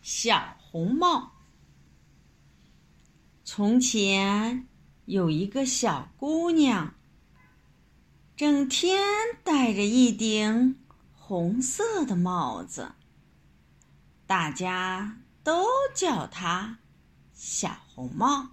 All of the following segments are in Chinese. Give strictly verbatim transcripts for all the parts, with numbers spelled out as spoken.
小红帽。从前有一个小姑娘，整天戴着一顶红色的帽子，大家都叫她小红帽。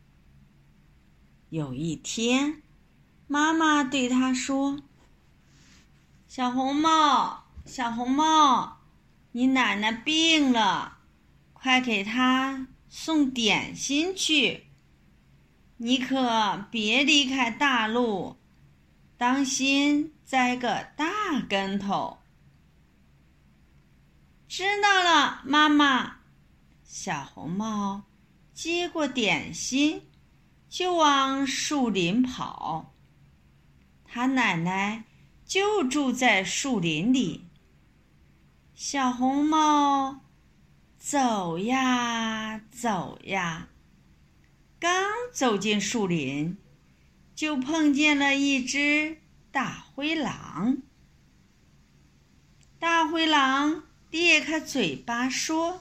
有一天，妈妈对她说：小红帽，小红帽，你奶奶病了，快给她送点心去。你可别离开大路，当心栽个大跟头。知道了，妈妈。小红帽接过点心，就往树林跑。他奶奶就住在树林里。小红帽走呀走呀，刚走进树林，就碰见了一只大灰狼。大灰狼裂开嘴巴说：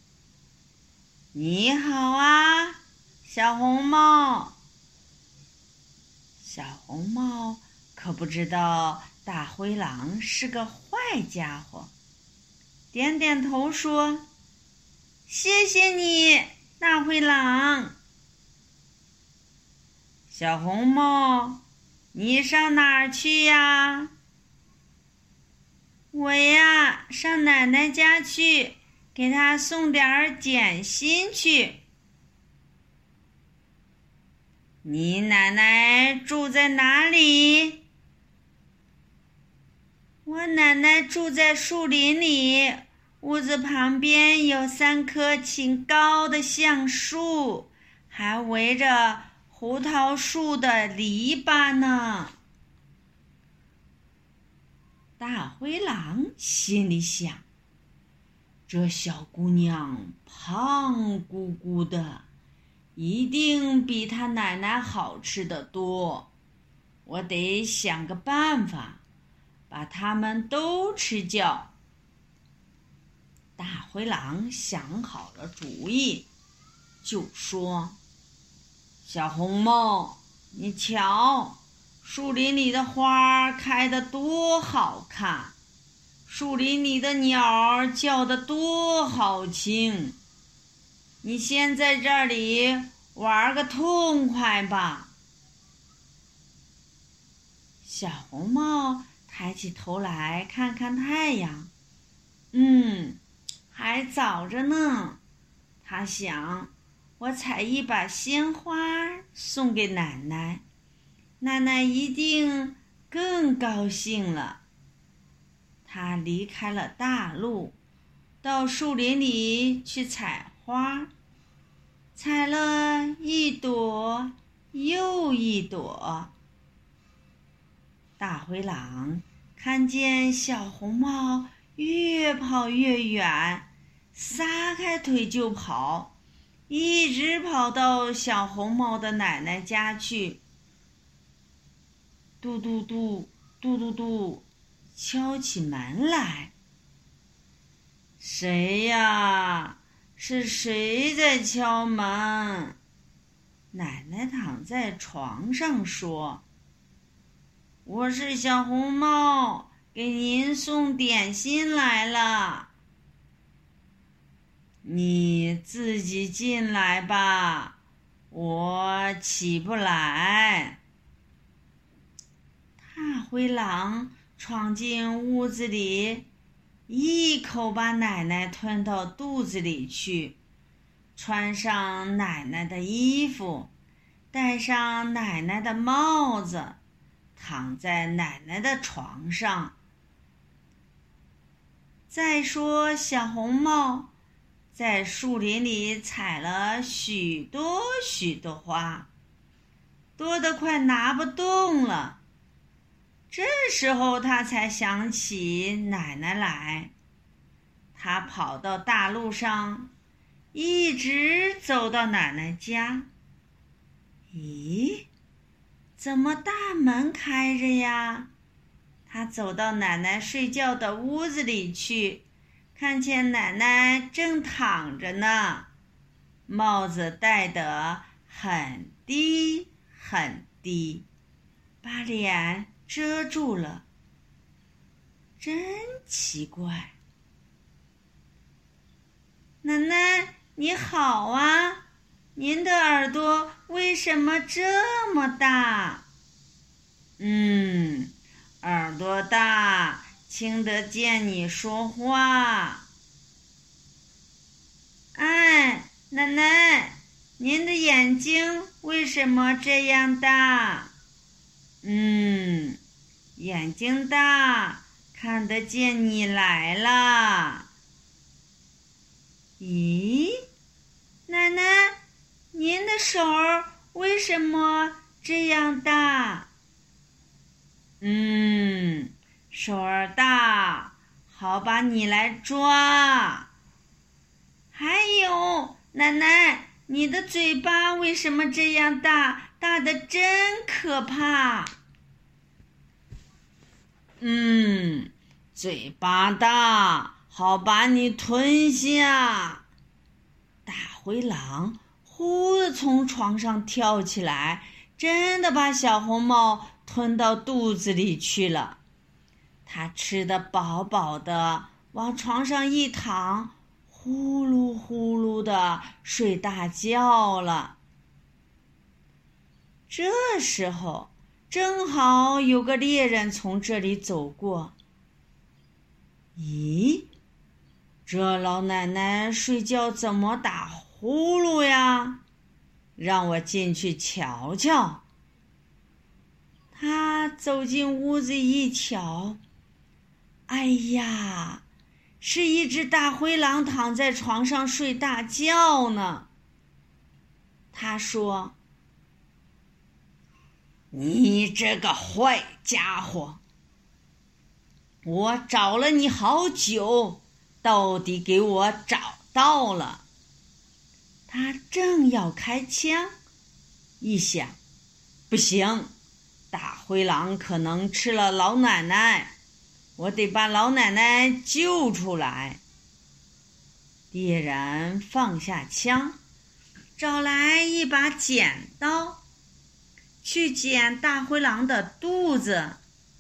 你好啊，小红帽。小红帽可不知道大灰狼是个坏家伙，点点头说：谢谢你，大灰狼。小红帽，你上哪儿去呀？我呀，上奶奶家去，给她送点儿点心去。你奶奶住在哪里？我奶奶住在树林里，屋子旁边有三棵挺高的橡树，还围着胡桃树的篱笆呢。大灰狼心里想，这小姑娘胖乎乎的，一定比她奶奶好吃得多。我得想个办法，把它们都吃掉。大灰狼想好了主意，就说：小红帽，你瞧，树林里的花开得多好看，树林里的鸟叫得多好听，你先在这里玩个痛快吧。小红帽抬起头来看看太阳，嗯，还早着呢。他想，我采一把鲜花送给奶奶，奶奶一定更高兴了。他离开了大路，到树林里去采花，采了一朵又一朵。大灰狼看见小红帽越跑越远，撒开腿就跑，一直跑到小红帽的奶奶家去。嘟嘟嘟，嘟嘟嘟，敲起门来。谁呀？是谁在敲门？奶奶躺在床上说：我是小红帽，给您送点心来了。你自己进来吧，我起不来。大灰狼闯进屋子里，一口把奶奶吞到肚子里去，穿上奶奶的衣服，戴上奶奶的帽子，躺在奶奶的床上。再说小红帽在树林里采了许多许多花，多得快拿不动了。这时候他才想起奶奶来，他跑到大路上，一直走到奶奶家。咦，怎么大门开着呀？他走到奶奶睡觉的屋子里去， 看见奶奶正躺着呢，帽子戴得很低很低，把脸遮住了。真奇怪。奶奶你好啊，您的耳朵为什么这么大？嗯，耳朵大，听得见你说话。哎，奶奶，您的眼睛为什么这样大？嗯，眼睛大，看得见你来了。咦，奶奶，您的手为什么这样大？嗯，手儿大，好把你来抓。还有，奶奶，你的嘴巴为什么这样大？大得真可怕。嗯，嘴巴大，好把你吞下。大灰狼忽地从床上跳起来，真的把小红帽吞到肚子里去了。他吃得饱饱的，往床上一躺，呼噜呼噜的睡大觉了。这时候正好有个猎人从这里走过。咦，这老奶奶睡觉怎么打呼噜呀？让我进去瞧瞧。他走进屋子一瞧，哎呀，是一只大灰狼躺在床上睡大觉呢。他说：你这个坏家伙，我找了你好久，到底给我找到了。他正要开枪，一想，不行，大灰狼可能吃了老奶奶，我得把老奶奶救出来。猎人放下枪，找来一把剪刀，去剪大灰狼的肚子。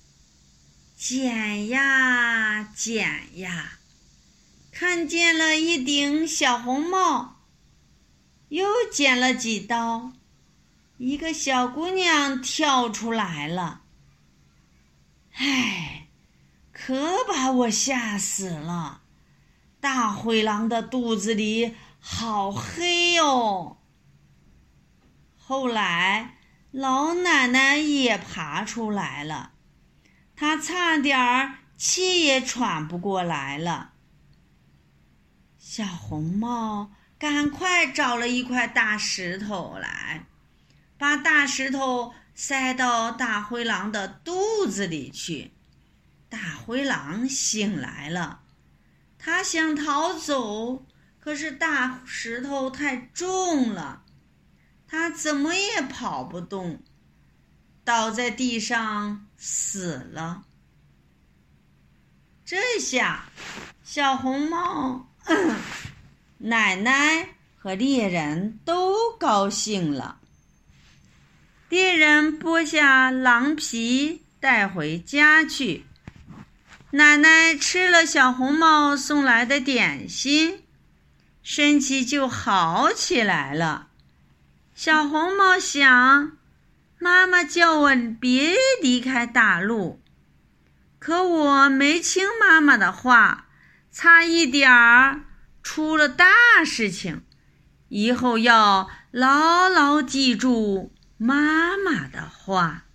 剪呀剪呀，看见了一顶小红帽，又剪了几刀，一个小姑娘跳出来了。唉，可把我吓死了，大灰狼的肚子里好黑哦。后来老奶奶也爬出来了，她差点儿气也喘不过来了。小红帽赶快找了一块大石头来，把大石头塞到大灰狼的肚子里去。大灰狼醒来了，他想逃走，可是大石头太重了，他怎么也跑不动，倒在地上死了。这下小红帽、嗯、奶奶和猎人都高兴了。猎人剥下狼皮带回家去，奶奶吃了小红帽送来的点心，身体就好起来了。小红帽想，妈妈叫我别离开大陆，可我没听妈妈的话，差一点儿出了大事情，以后要牢牢记住妈妈的话。